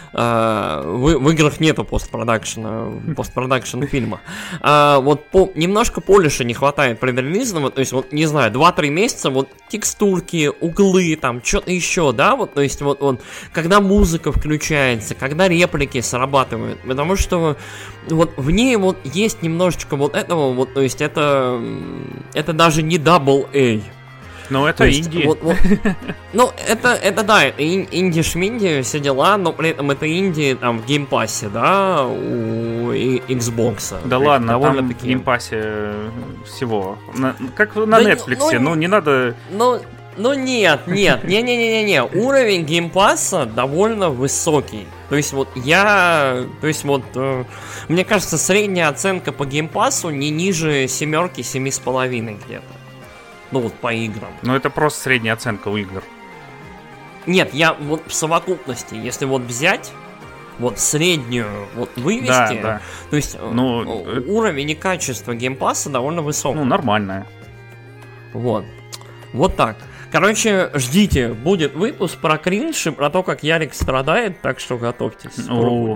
Э, в, в играх нету постпродакшена, постпродакшн фильма. Э, вот по, немножко полиша не хватает предрелизного, то есть вот не знаю, два-три месяца вот текстурки, углы, там что-то еще, да, вот, то есть вот, вот когда музыка включается, когда реплики срабатывают, потому что вот в ней вот есть немножечко вот этого, вот, то есть это это даже не дабл эй. Ну, это инди. Вот, вот, ну, это, это да, это инди-шминди, все дела, но при этом это инди там в геймпассе, да, у Xbox. Да ладно, там в геймпассе всего. На, как на да, Netflix, ну, ну не надо... Ну, Ну нет, нет, не-не-не-не-не, уровень геймпасса довольно высокий. То есть вот я, то есть вот, э, мне кажется, средняя оценка по геймпассу не ниже семерки, семи с половиной где-то. Ну вот по играм. Ну это просто средняя оценка у игр. Нет, я вот в совокупности, если вот взять, вот среднюю вот вывести, да, да. то есть ну, уровень и качество геймпасса довольно высокий. Ну нормальное. Вот, вот так. Короче, ждите, будет выпуск про кринж и про то, как Ярик страдает, так что готовьтесь.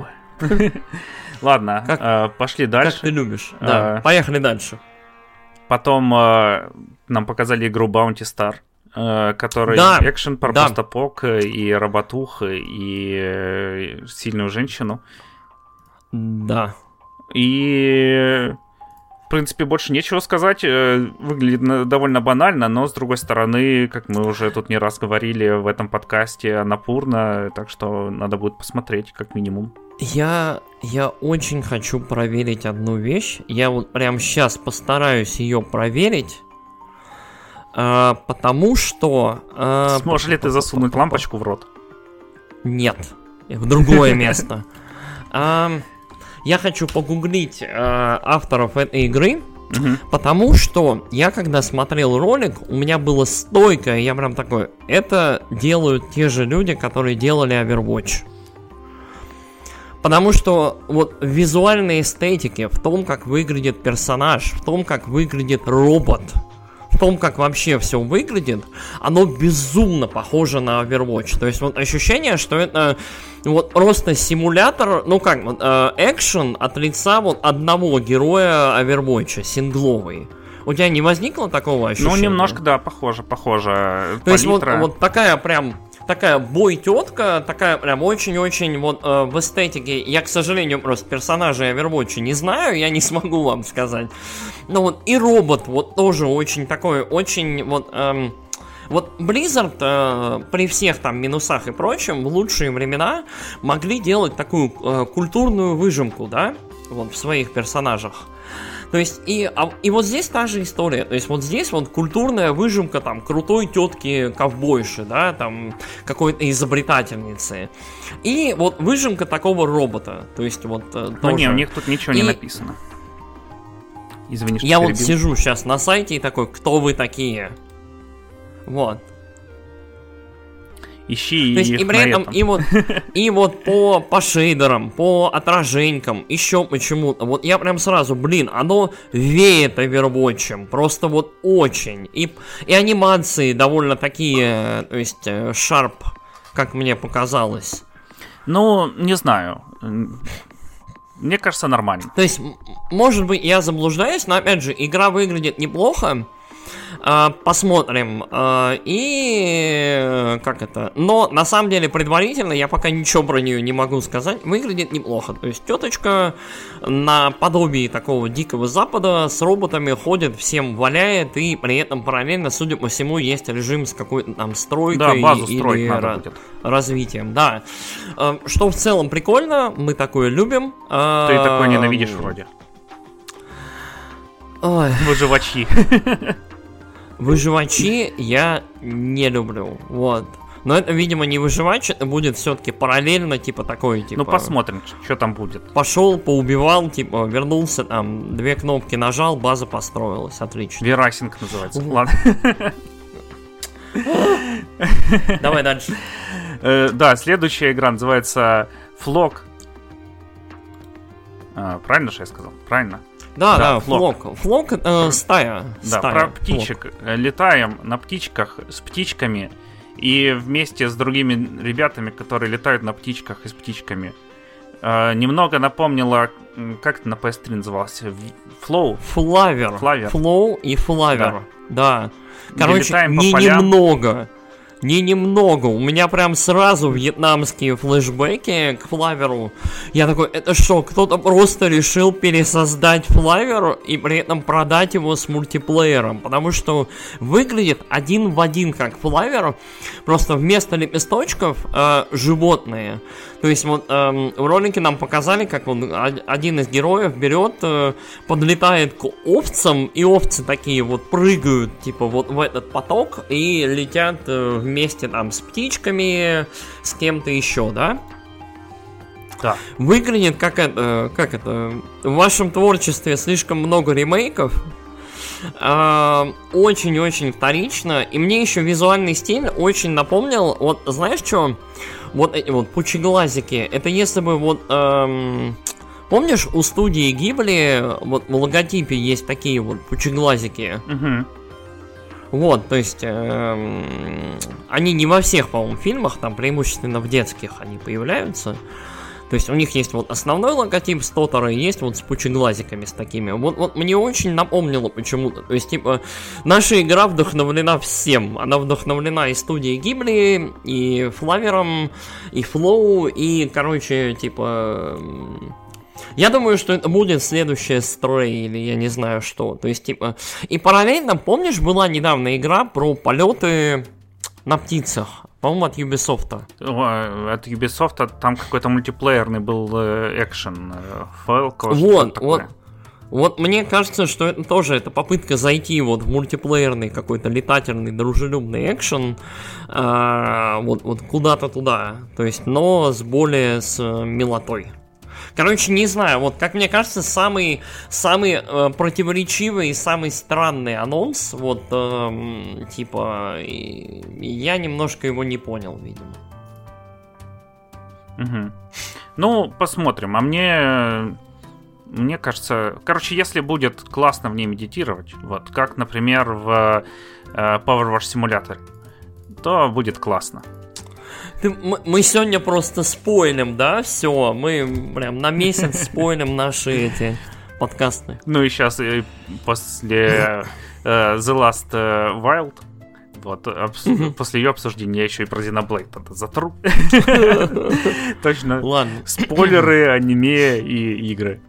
Ладно, как, пошли дальше. Как ты любишь. Да, а, поехали дальше. Потом а, нам показали игру Bounty Star, а, который да, экшен про да. постапок и роботух, и сильную женщину. Да. И... В принципе, больше нечего сказать. Выглядит довольно банально, но, с другой стороны, как мы уже тут не раз говорили в этом подкасте, напурно, так что надо будет посмотреть, как минимум. Я, я очень хочу проверить одну вещь. Я вот прямо сейчас постараюсь ее проверить, э, потому что... Э, Сможешь ли ты засунуть лампочку в рот? Нет, в другое место. Я хочу погуглить э, авторов этой игры, uh-huh. потому что я когда смотрел ролик, у меня было стойкое, я прям такой, это делают те же люди, которые делали Overwatch. Потому что вот в визуальной эстетике, в том, как выглядит персонаж, в том, как выглядит робот, в том, как вообще все выглядит, оно безумно похоже на Overwatch. То есть вот ощущение, что это вот просто симулятор, ну как, вот, э, экшен от лица вот одного героя Overwatch, сингловый. У тебя не возникло такого ощущения? Ну, немножко, да, похоже, похоже. То есть вот, вот такая прям... Такая бой-тетка, такая прям очень-очень вот э, в эстетике. Я, к сожалению, просто персонажей Overwatch не знаю, я не смогу вам сказать. Но вот и робот вот тоже очень такой, очень вот... Эм, вот Blizzard э, при всех там минусах и прочем в лучшие времена могли делать такую э, культурную выжимку, да, вот в своих персонажах. То есть, и, а, и вот здесь та же история. То есть, вот здесь вот культурная выжимка там крутой тетки-ковбойши, да, там какой-то изобретательницы. И вот выжимка такого робота. То есть, вот Ну тоже. Не, у них тут ничего и... не написано. Извини, что я перебил. Вот сижу сейчас на сайте и такой, кто вы такие? Вот. ищи То есть их и при этом, этом. и вот, и вот по, по шейдерам, по отраженькам, еще почему-то, вот я прям сразу, блин, оно веет Overwatch'ем, просто вот очень. И, и анимации довольно такие, то есть, шарп, как мне показалось. Ну, не знаю. Мне кажется, нормально. То есть, может быть, я заблуждаюсь, но, опять же, игра выглядит неплохо. Uh, посмотрим. Uh, и как это? Но на самом деле предварительно я пока ничего про нее не могу сказать. Выглядит неплохо. То есть теточка на подобии такого дикого запада с роботами ходит, всем валяет, и при этом параллельно, судя по всему, есть режим с какой-то там стройкой, да, базу строить или надо ра- будет. развитием. Да. Uh, что в целом прикольно, мы такое любим. Uh, Ты такое ненавидишь вроде. Ой. Выживачи. Выживачи я не люблю, вот. Но это, видимо, не выживач, это будет все-таки параллельно, типа такой, типа... Ну, посмотрим, что там будет. Пошел, поубивал, типа, вернулся, там, две кнопки нажал, база построилась, отлично. Верасинг называется, ладно. Давай дальше. Да, следующая игра называется Flock. Правильно же я сказал? Правильно? Да, да, флок. Флок это стая. Да, стая, про птичек. Флок. Летаем на птичках с птичками. И вместе с другими ребятами, которые летают на птичках и с птичками. Э, немного напомнило, как это на пи эс три называлось? Flow? Флавер. Флавер. Флоу и флавер. Да. да. Короче, не полям. немного. Не немного, у меня прям сразу вьетнамские флешбеки к Флаверу. Я такой, это что, кто-то просто решил пересоздать Флавер и при этом продать его с мультиплеером? Потому что выглядит один в один как Флавер, просто вместо лепесточков э, животные. То есть вот э, в ролике нам показали, как он, один из героев берет, э, подлетает к овцам, и овцы такие вот прыгают, типа вот в этот поток и летят э, вместе там с птичками, с кем-то еще, да? Да. Выглядит как это, как это, в вашем творчестве слишком много ремейков. Очень-очень вторично. И мне еще визуальный стиль очень напомнил. Вот знаешь что? Вот эти вот пучеглазики. Это если бы вот эм, помнишь, у студии Ghibli вот в логотипе есть такие вот пучеглазики. Угу. Вот, то есть эм, они не во всех, по-моему, фильмах, там преимущественно в детских они появляются. То есть у них есть вот основной логотип с Тотаро, и есть вот с пучеглазиками с такими. Вот, вот мне очень напомнило почему-то. То есть, типа, наша игра вдохновлена всем. Она вдохновлена и студией Ghibli, и Флавером, и Flow, и, короче, типа... Я думаю, что это будет следующее Stray, или я не знаю что. То есть, типа... И параллельно, помнишь, была недавно игра про полеты на птицах? По-моему, от Ubisoft. От Ubisoft там какой-то мультиплеерный был экшен. Falco, вот, вот. Вот мне кажется, что это тоже это попытка зайти вот в мультиплеерный какой-то летательный, дружелюбный экшен. А, вот, вот куда-то туда. То есть, но с более с милотой. Короче, не знаю, вот как мне кажется, самый, самый э, противоречивый и самый странный анонс, вот, э, типа, и, и я немножко его не понял, видимо. Угу. Ну, посмотрим. А мне, мне кажется, короче, если будет классно в ней медитировать, вот, как, например, в э, Power Wash Simulator, то будет классно. Ты, мы, мы сегодня просто спойлим, да, все, мы прям на месяц спойлим наши эти подкасты. Ну и сейчас после uh, The Last Wild, вот, обс- после ее обсуждения я еще и про Xenoblade тогда затру. Точно. Ладно. Спойлеры, аниме и игры.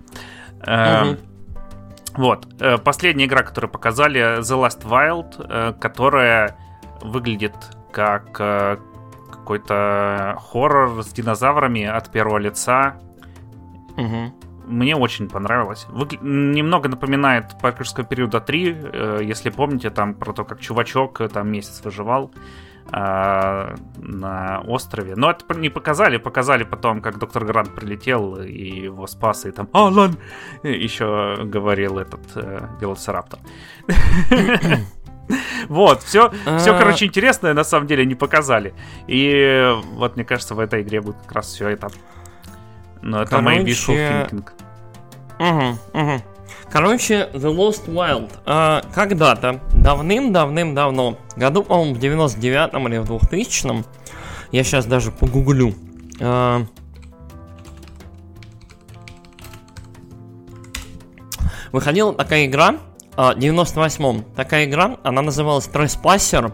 Вот, последняя игра, которую показали, The Last Wild, которая выглядит как какой-то хоррор с динозаврами от первого лица. Угу. Мне очень понравилось. Вы... Немного напоминает Паркерского периода три, э, если помните, там про то, как чувачок там месяц выживал э, на острове. Но это не показали, показали потом, как доктор Грант прилетел и его спас, и там Алан еще говорил этот э, Велоцираптор. Вот, все, все, короче, интересное на самом деле не показали. И вот, мне кажется, в этой игре будет как раз все это. Но это мои wishful thinking. Угу, угу. Короче, The Lost Wild. А, когда-то, давным-давным-давно, году, по-моему, в девяносто девятом или в двухтысячном, я сейчас даже погуглю. А, выходила такая игра, в девяносто восьмом. Такая игра, она называлась Trespasser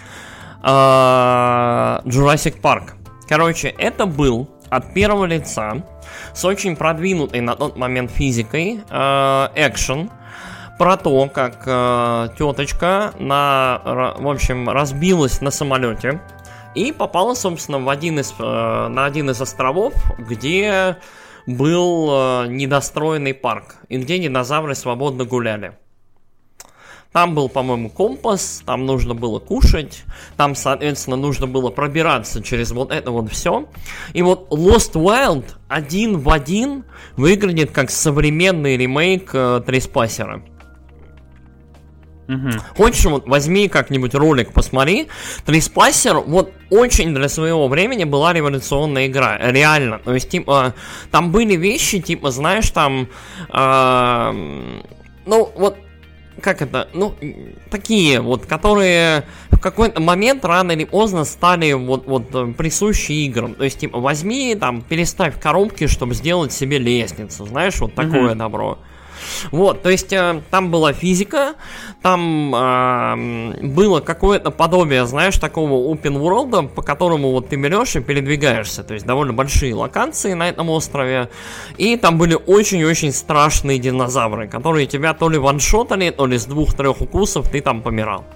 а, Jurassic Park. Короче, это был от первого лица с очень продвинутой на тот момент физикой э, экшен про то, как э, теточка на, в общем, разбилась на самолете и попала, собственно, в один из, э, на один из островов, где был э, недостроенный парк и где динозавры свободно гуляли. Там был, по-моему, компас, там нужно было кушать, там, соответственно, нужно было пробираться через вот это вот все. И вот Lost Wild один в один выглядит как современный ремейк э, Треспассера. Угу. Хочешь, вот возьми как-нибудь ролик, посмотри. Треспассер вот очень для своего времени была революционная игра, реально. То есть, типа, там были вещи, типа, знаешь, там, э, ну, вот, как это, ну, такие вот, которые в какой-то момент рано или поздно стали вот, вот присущи играм. То есть, типа, возьми, там, переставь коробки, чтобы сделать себе лестницу, знаешь, вот такое mm-hmm. добро. Вот, то есть, э, там была физика, там э, было какое-то подобие, знаешь, такого open world, по которому вот ты берешь и передвигаешься, то есть довольно большие локации на этом острове, и там были очень-очень страшные динозавры, которые тебя то ли ваншотали, то ли с двух-трех укусов ты там помирал.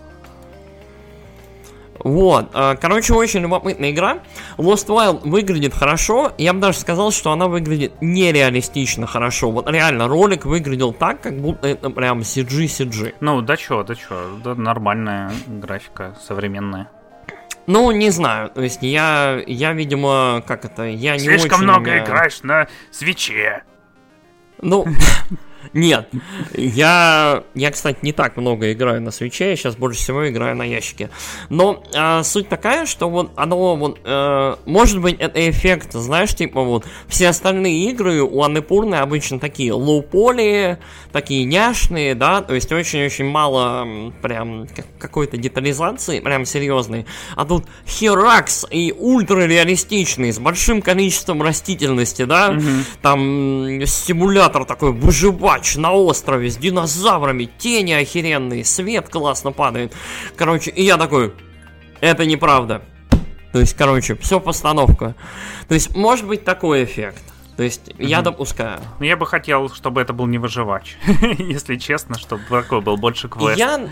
Вот, короче, очень любопытная игра. Lost Wild выглядит хорошо. Я бы даже сказал, что она выглядит нереалистично хорошо. Вот реально, ролик выглядел так, как будто это прям си джи си джи. Ну, да чё, да чё, да нормальная графика, современная. Ну, не знаю, то есть я, я видимо, как это, я не очень... Слишком много играешь на свитче. Ну... Нет, я, я, кстати, не так много играю на свитче, я сейчас больше всего играю на ящике. Но э, суть такая, что вот оно, вот, э, может быть, это эффект, знаешь, типа вот, все остальные игры у Аннепурны обычно такие лоу-поли, такие няшные, да, то есть очень-очень мало прям какой-то детализации, прям серьезной. А тут херакс и ультра-реалистичный, с большим количеством растительности, да, mm-hmm. там симулятор такой выживать на острове с динозаврами, тени охеренные, свет классно падает. Короче, и я такой, это неправда. То есть, короче, все постановка. То есть, может быть такой эффект. То есть, mm-hmm. я допускаю. Я бы хотел, чтобы это был не выживач. Если честно, чтобы такой был больше квест. Я...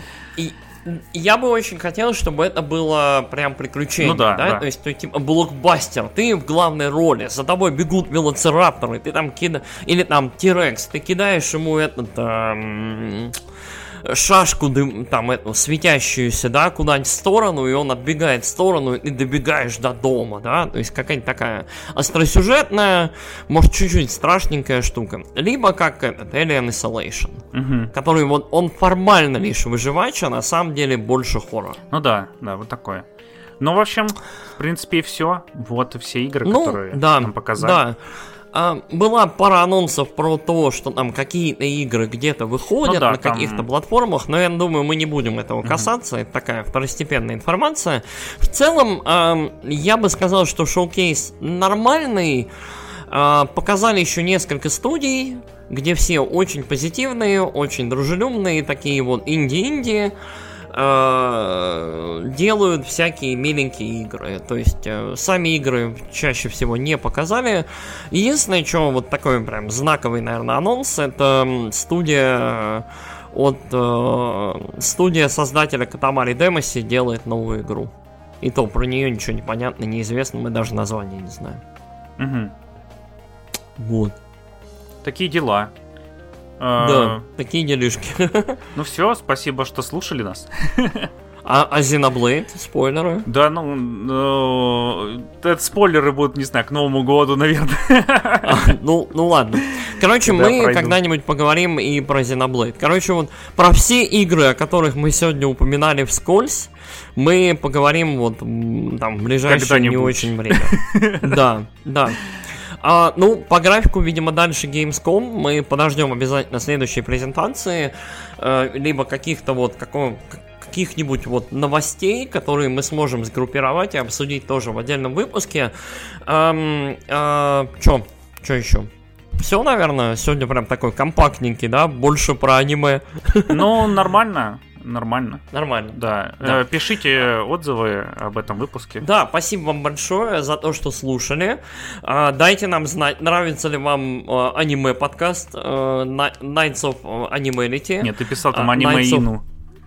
Я бы очень хотел, чтобы это было прям приключение, ну, да, да? да? То есть, то, типа, блокбастер, ты в главной роли, за тобой бегут велоцирапторы, ты там кидаешь, или там Тирекс, ты кидаешь ему этот, эм, шашку, дым, там, эту, светящуюся, да, куда-нибудь в сторону, и он отбегает в сторону, и ты добегаешь до дома, да, то есть какая-нибудь такая остросюжетная, может, чуть-чуть страшненькая штука. Либо как этот Alien Isolation, угу. который вот, он формально лишь выживач, а на самом деле больше хоррор. Ну да, да, вот такое. Ну, в общем, в принципе, и все. Вот и все игры, ну, которые да, нам показали. Да. А, была пара анонсов про то, что там какие-то игры где-то выходят ну, да, на там... каких-то платформах, но я думаю, мы не будем этого касаться, uh-huh. это такая второстепенная информация. В целом, а, я бы сказал, что шоукейс нормальный, а, показали еще несколько студий, где все очень позитивные, очень дружелюбные, такие вот инди-инди, делают всякие миленькие игры. То есть э, сами игры чаще всего не показали. Единственное, что вот такой прям знаковый, наверное, анонс, это студия от э, студия создателя Katamari Damacy делает новую игру. И то про нее ничего не понятно, неизвестно, мы даже название не знаем. Угу. Вот. Такие дела. Да, такие делишки. Ну все, спасибо, что слушали нас. А, а Xenoblade, спойлеры? Да, ну, ну, это спойлеры будут, не знаю, к Новому году, наверное. А, ну, ну ладно. Короче, когда мы пройду. когда-нибудь поговорим и про Xenoblade. Короче, вот про все игры, о которых мы сегодня упоминали вскользь, мы поговорим вот там в ближайшее не очень время. Да, да. А, ну, по графику, видимо, дальше Gamescom. Мы подождем обязательно следующей презентации, э, либо каких-то вот какого, каких-нибудь вот новостей, которые мы сможем сгруппировать и обсудить тоже в отдельном выпуске. Эм, э, чё? Чё еще? Все, наверное, сегодня прям такой компактненький, да? Больше про аниме. Ну, нормально. Нормально. Нормально. Да. да. Пишите отзывы об этом выпуске. Да, спасибо вам большое за то, что слушали. Дайте нам знать, нравится ли вам аниме-подкаст Nights of Animality. Нет, ты писал там аниме-ину.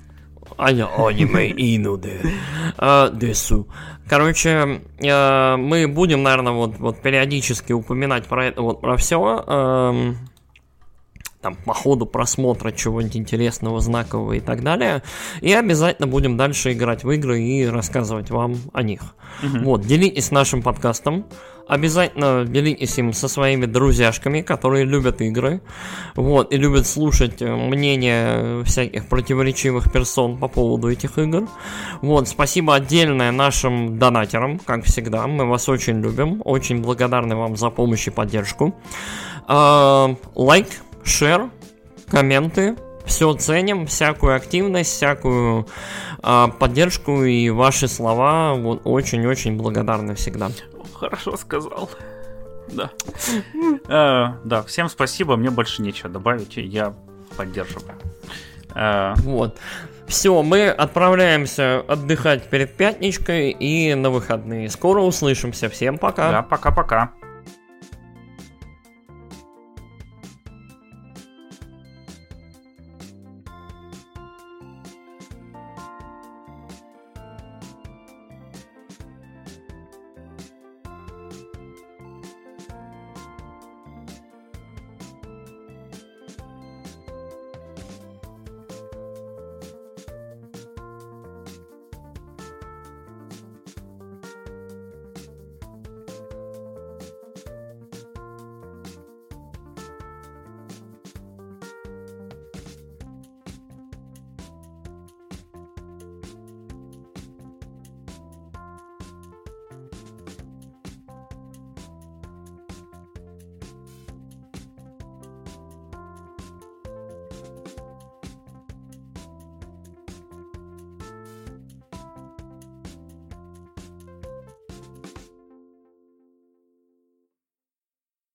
Аниме-ину, да. Десу. Короче, мы будем, наверное, вот, вот периодически упоминать про это, вот про все. Там, по ходу просмотра чего-нибудь интересного, знакового и так далее. И обязательно будем дальше играть в игры и рассказывать вам о них. Uh-huh. Вот, делитесь нашим подкастом. Обязательно делитесь им со своими друзьяшками, которые любят игры. Вот, и любят слушать мнения всяких противоречивых персон по поводу этих игр. Вот, спасибо отдельное нашим донатерам, как всегда. Мы вас очень любим. Очень благодарны вам за помощь и поддержку. Лайк. Like, шер, комменты, все ценим, всякую активность, всякую э, поддержку и ваши слова, вот очень-очень благодарны всегда. Хорошо сказал. Да. э, да, всем спасибо, мне больше нечего добавить, я поддерживаю. Э, вот. Все, мы отправляемся отдыхать перед пятничкой и на выходные. Скоро услышимся. Всем пока. Да, пока-пока.